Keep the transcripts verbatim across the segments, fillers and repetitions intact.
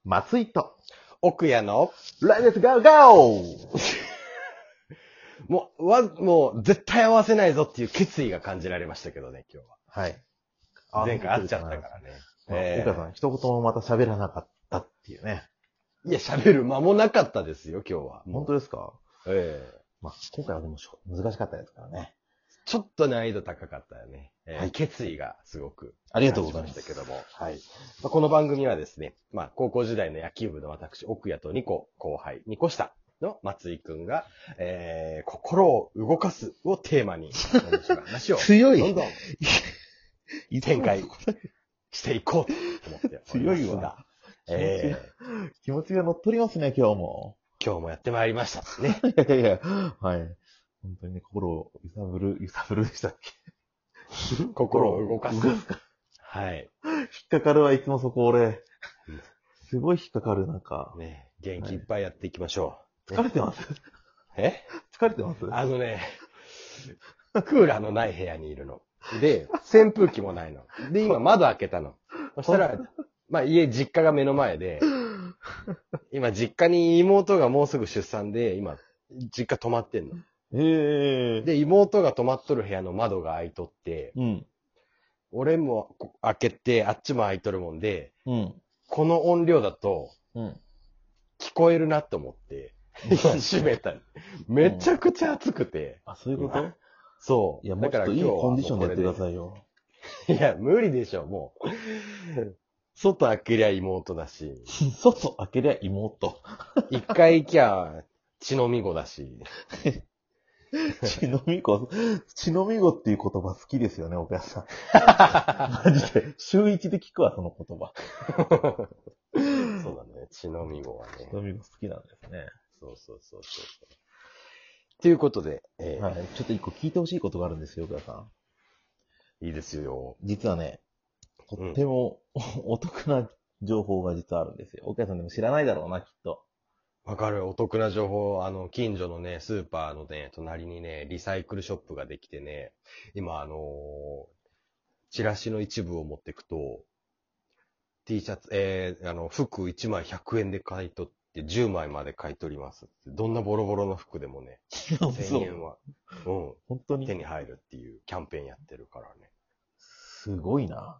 松井と、 奥谷の、 来月ゴーゴーもう、わ、もう、絶対合わせないぞっていう決意が感じられましたけどね、今日はい。 は。前回会っちゃったからね。 えー、岡さん、一言もまた喋らなかったっていうね。 いや、喋る間もなかったですよ、今日は。 本当ですか？ ええー、 まあ、今回はでも難しかったですからね。 ちょっと難易度高かったよね。えーはい、 決意がすごく。 ありがとうございましたけども。はい。まあ、この番組はですね、まあ、高校時代の野球部の私、奥谷とにこ後輩、にこ下の松井くんが、えー、心を動かすをテーマに、話を、 強いどんどん展開していこうと思っておりますが。 強いわ。 えー、気持ちが乗っ取りますね、今日も。 今日もやってまいりましたね。 いやいやいや、はい。本当にね、心を揺さぶる、揺さぶるでしたっけ？ 心を動かす。 動かすか。 はい。 引っかかるわ、いつもそこ俺。すごい引っかかる、なんか。 ね、元気いっぱいやっていきましょう。はい、疲れてます？ え疲れてます？ あのね、クーラーのない部屋にいるの。で、扇風機もないの。で、今窓開けたの。そしたら、まあ家、実家が目の前で、今実家に妹がもうすぐ出産で、今、実家泊まってんの。 へえ。 で、妹が泊まっとる部屋の窓が開いとって、 うん。 俺も開けて、あっちも開いとるもんで、 うん。 この音量だと、 うん。 聞こえるなと思って、今閉めた。めちゃくちゃ暑くて。 あ、そういうこと？ そう。 いや、もうちょっといいコンディションでやってくださいよ。 いや、無理でしょ、もう。外開けりゃ妹だし。 外開けりゃ妹。 一回行きゃ、血のみ子だし。 血のみ子、血のみ子っていう言葉好きですよね、岡谷さん。マジで。週一で聞くわ、その言葉。 そうだね、血のみ子はね。 血のみ子好きなんですね。 そうそうそうそう。ということで、えー、 はい。ちょっと一個聞いてほしいことがあるんですよ、岡谷さん。 いいですよ。 実はね、とっても、うん、お得な情報が実はあるんですよ。岡谷さんでも知らないだろうな、きっと。 わかる。お得な情報。あの、近所のね、スーパーのね、隣にね、リサイクルショップができてね、今、あのー、チラシの一部を持っていくと、T シャツ、えー、あの、服いちまいひゃくえんで買い取ってじゅうまいまで買い取ります。どんなボロボロの服でもね、せんえんは、うん、 本当に手に入るっていうキャンペーンやってるからね。 すごいな。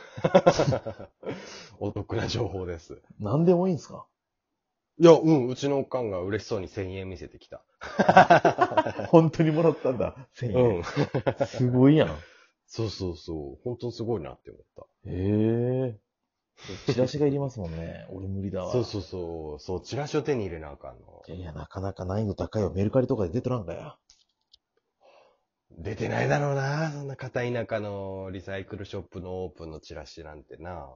お得な情報です。 何でもいいんすか？ いや、うん、うちのおかんが嬉しそうにせんえん見せてきた。 本当にもらったんだ、せんえん。うん。すごいやん。 そうそうそう。本当にすごいなって思った。 へえ。チラシがいりますもんね。俺無理だわ。 そうそうそう。そう、チラシを手に入れなあかんの。 いやいや、なかなか難易度高いよ。メルカリとかで出とらんかや。 出てないだろうな。そんな片田舎のリサイクルショップのオープンのチラシなんてな。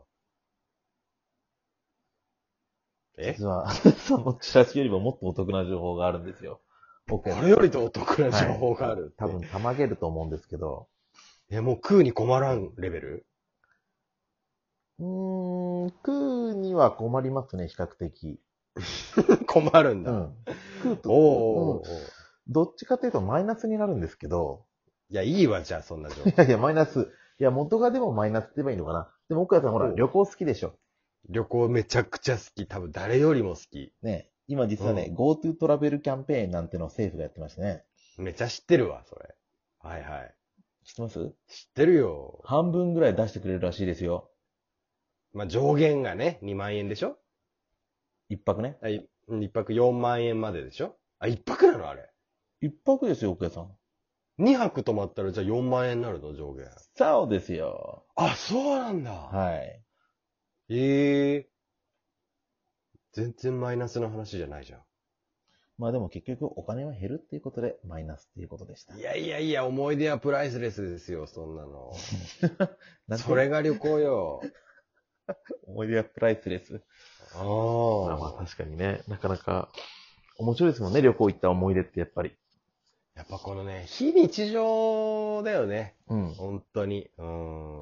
え？実は、そのチラシよりももっとお得な情報があるんですよ。 これよりとお得な情報がある、はい。 多分、たまげると思うんですけど。 え、もう食うに困らんレベル？ うーん、食うには困りますね、比較的。 困るんだ。うん。 食うと、おー、うん、どっちかというとマイナスになるんですけど。 いや、いいわ、じゃあ、そんな情報。 いやいや、マイナス。いや、元がでもマイナスって言えばいいのかな。でも、奥谷さんほら、旅行好きでしょ。 旅行めちゃくちゃ好き。多分誰よりも好き。 ね。今実はね、うん、GoTo トラベルキャンペーンなんてのを政府がやってましたね。 めちゃ知ってるわ、それ。はいはい。 知ってます？ 知ってるよ。 半分ぐらい出してくれるらしいですよ。 まあ、上限がね、にまんえんでしょ？ 一泊ね。 はい。一泊よんまんえんまででしょ？あ、一泊なのあれ。 一泊ですよ、奥谷さん。 二泊泊まったらじゃあよんまんえんになるの上限。 そうですよ。 あ、そうなんだ。 はい。 ええー。全然マイナスの話じゃないじゃん。 まあでも結局お金は減るっていうことでマイナスっていうことでした。 いやいやいや、思い出はプライスレスですよ、そんなの。それが旅行よ。 思い出はプライスレス。ああ。まあまあ確かにね、なかなか面白いですもんね、旅行行った思い出ってやっぱり。 やっぱこのね、非日常だよね。 うん。 本当に。うん。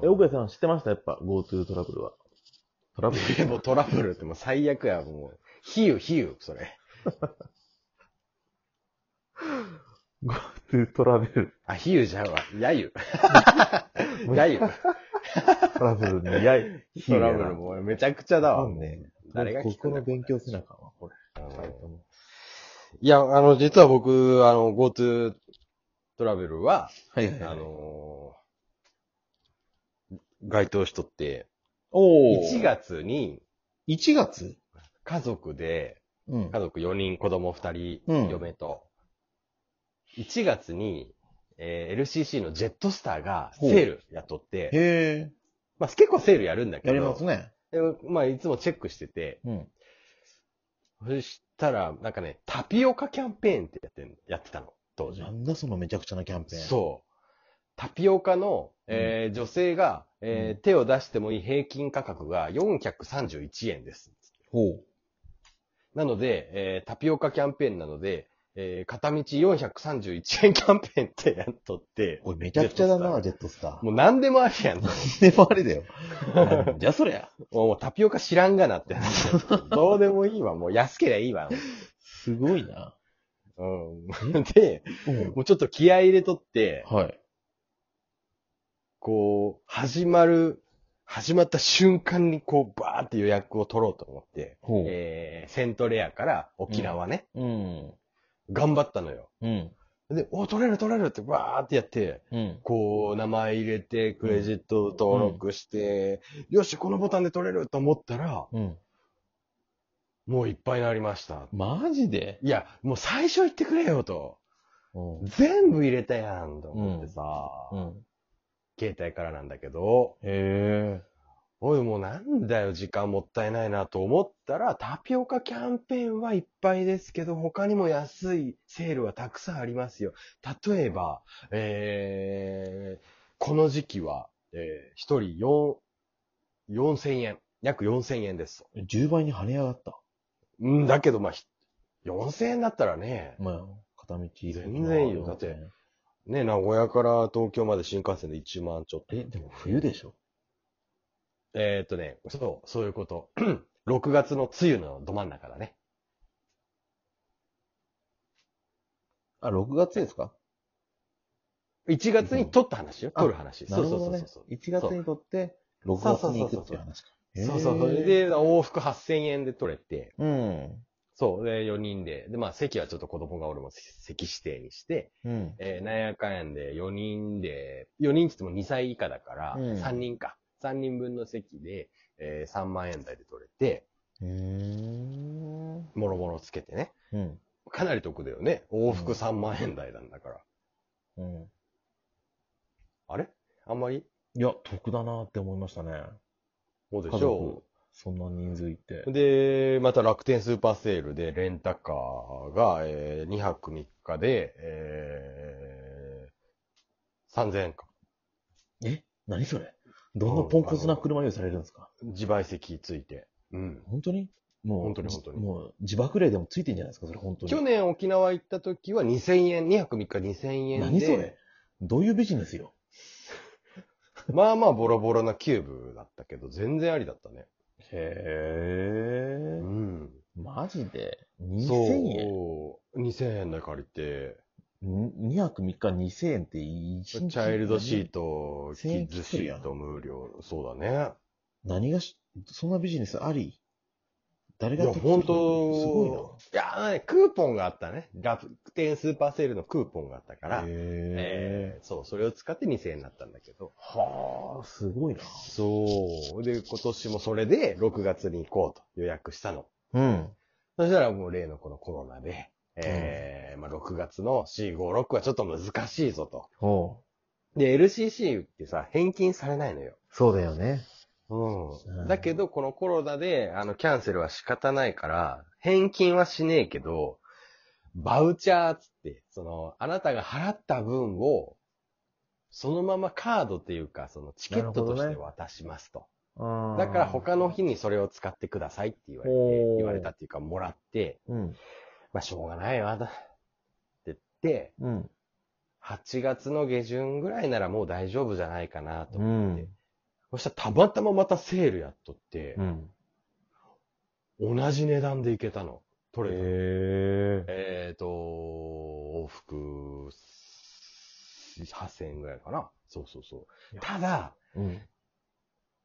え、奥谷さん知ってました？やっぱ GoTo トラベルは。 トラブルもうトラブルってもう最悪や、もう。比喩、比喩、それ。 GoTo トラベル。 あ、比喩じゃうわ。やゆ。やゆ。 トラブルにやゆ。 トラブルもめちゃくちゃだわ。 ね。 誰が聞くんだここの勉強せなあかんわ、これ。 あの二人ともいや、あの、実は僕、あの、GoTo トラベルは、 はいはいはい。 あのー該当しとって、 おー。 いちがつにいちがつ家族で、 うん家。族よにん、子供ふたり、 うん嫁と、いちがつに、えー エルシーシー のジェットスターがセールやっとって、 へまあ結構セールやるんだー。 けど、 やりますね。 でもまあいつもチェックしてて、 うん。 そしたら、なんかね、タピオカキャンペーンってやってんやってたの、当時な。んだそのめちゃくちゃなキャンペーン。 そう。タピオカの、えー女性が、えーうん手を出してもいい平均価格がよんひゃくさんじゅういちえんです。 ほう。 なので、えータピオカキャンペーンなので、えー片道よんひゃくさんじゅういちえんキャンペーンってやっとって、 これめちゃくちゃだな、ジェットスター。 もう何でもありやん。もでもあれだよ。じゃあそりゃ。 うもうタピオカ知らんがなって話。どうでもいいわ。もう安ければいいわ。 すごいな。 うん、で、 うん。 もうちょっと気合い入れとって、 はい。 こう、始まる、始まった瞬間にこう、バーって予約を取ろうと思って、 ほう。 えー、セントレアから沖縄ね、 うん。 頑張ったのよ。 うん。 で、お、取れる取れるってバーってやって、 うん。 こう、名前入れて、クレジット登録して、よし、このボタンで取れると思ったら、 うん。 もういっぱいになりました。 マジでいや、もう最初言ってくれよと。 うん。 全部入れたやんと思ってさ、 うん。 携帯からなんだけど、 へえ。 おい、もうなんだよ、時間もったいないなと思ったら、タピオカキャンペーンはいっぱいですけど、他にも安いセールはたくさんありますよ。例えば、えー、この時期は、えー、一人よん、よんせんえん。約よんせんえんです。 じゅうばいに跳ね上がった。 うんだけど、まあ、ひよんせんえんだったらね、 まあ、片道。 全然いいよだって。ね、名古屋から東京まで新幹線でいちまんちょっと。 え、でも冬でしょえーっとね、そう、そういうこと。ろくがつの梅雨のど真ん中だね。 あ、ろくがつですかいちがつに撮った話よ。 あ撮る話。 なるほどねそうそうそうそう。。 いちがつにとって、ろくがつに行くっていう話か。 そうそう。それへー、 で、往復はっせんえんで撮れて、 うん。 そう。で、よにんで。で、まあ、席はちょっと子供がおるもん席指定にして、 うん。 えー、なんやかんやんで、よにんで、よにんって言ってもにさい以下だから、 うんさんにんか。さんにんぶんの席で、えー、さんまんえん台で撮れて、 うーん。 もろもろつけてね。 うん。 かなり得だよね。往復さんまんえん台なんだから。 うん。 あれあんまりいや、得だなって思いましたね。 そうで家しょ族、そんな人数いて。 う。で、また楽天スーパーセールでレンタカーが、えー、にはくみっかで、えー、さんぜんえんか。 え何それどんなポンコツな車用意されるんですか自賠責ついて。うん。 本当にもう、 本当に本当にもう、自爆霊でもついてんじゃないですかそれ本当に。 去年沖縄行った時はにせんえん、にはくみっかにせんえんで。 何それどういうビジネスよまあまあボロボロなキューブだったけど、全然ありだったね。 へー。 うん。 マジで ?にせんえんそう。にせんえんで借りて、 にはくみっかにせんえんっていちにちチャイルドシート、キせんえんッズシート無料。そうだね。 何がし、そんなビジネスあり誰いや、 が得する本のすごいな。 当いや、あのね、クーポンがあったね。楽天スーパーセールのクーポンがあったから、 へえーそう、それを使ってにせんえんになったんだけど。 ー。はあ、すごいな。 そう。で、今年もそれでろくがつに行こうと予約したの。 うん。 そしたらもう例のこのコロナで、えーまあ、ろくがつのよん、ご、ろくはちょっと難しいぞと。 ほう。 で、エルシーシー ってさ、返金されないのよ。 そうだよね。 うん。 うんだけど、このコロナで、あの、キャンセルは仕方ないから、返金はしねえけど、バウチャーっつって、その、あなたが払った分を、そのままカードっていうか、そのチケットとして渡しますと。だから他の日にそれを使ってくださいって言われてほう、 言われたっていうか、もらって、 うん。 まあ、しょうがないわ、だって言って、 うん。 はちがつの下旬ぐらいならもう大丈夫じゃないかなとう思って。 ん。 そしたらたまたままたセールやっとって、 うん。 同じ値段でいけたの。取れたの。 へえ。 えっ、と、往復はっせんえんぐらいかな。そうそうそう。ただ、 うん。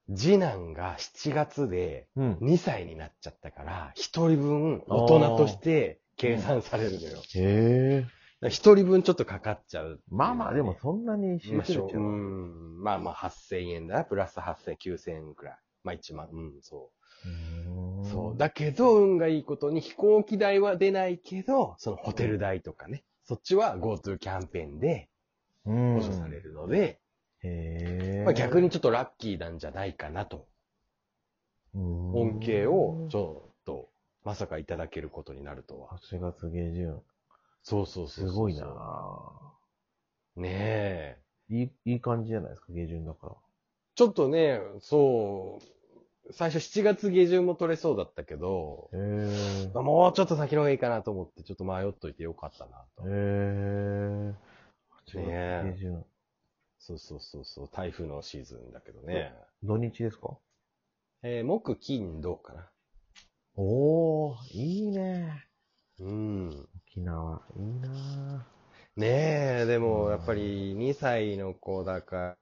次男がしちがつでうん。 にさいになっちゃったから、ひとりぶん大人として計算されるのよ。 へえ。 ひとりぶんちょっとかかっちゃうっていうのがね。 まあまあ、でもそんなに集まあ、しょう中力は。 ん。まあまあ、はっせんえんだな。プラスはっせん、きゅうせんえんくらい。まあいちまん。うん、そうう。 ーんそう。だけど、運がいいことに飛行機代は出ないけど、そのホテル代とかね。そっちは GoTo キャンペーンでうん。 補助されるので、 へえ。 まあ逆にちょっとラッキーなんじゃないかなと。恩恵をちょっと、まさかいただけることになるとは。 はちがつ下旬。 そうそうそうそう。 すごいなぁ。 ねえ。 いい、いい感じじゃないですか、下旬だから。 ちょっとね、そう、最初しちがつ下旬も取れそうだったけど、 へえ。 まあもうちょっと先の方がいいかなと思って、ちょっと迷っといてよかったなと。 へえ。はちがつねえ下旬。 そうそうそうそう、台風のシーズンだけどね。 土日ですか？ えー、木、金、土かな。 おー、いいね。 うん。 沖縄、いいなねえ、でもやっぱりにさいの子だから、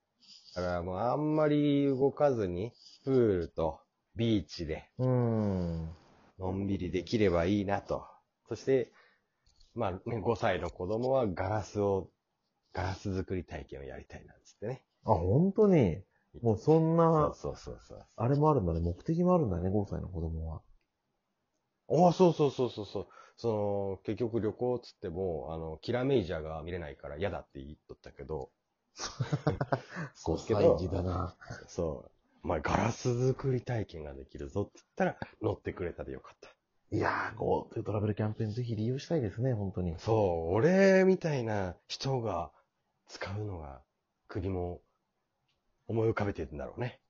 もうあんまり動かずに、プールとビーチでぁ。うーん。 のんびりできればいいなと。そして、まあね、ごさいの子供はガラスを、ガラス作り体験をやりたいなんつってね。 あ、本当に。もうそんそうな、 そうそうそう。 あれもあるんだね。目的もあるんだね、ごさいの子供は。 ああ、そうそうそうそうそう。その、結局旅行っつっても、あの、キラメイジャーが見れないから嫌だって言っとったけど。 ごけど歳児だな。 そう。お前ガラス作り体験ができるぞって言ったら乗ってくれたでよかった。 いやー、GoTo トラベルキャンペーンぜひ利用したいですね、本当に。 そう、俺みたいな人が使うのが国も思い浮かべてるんだろうね。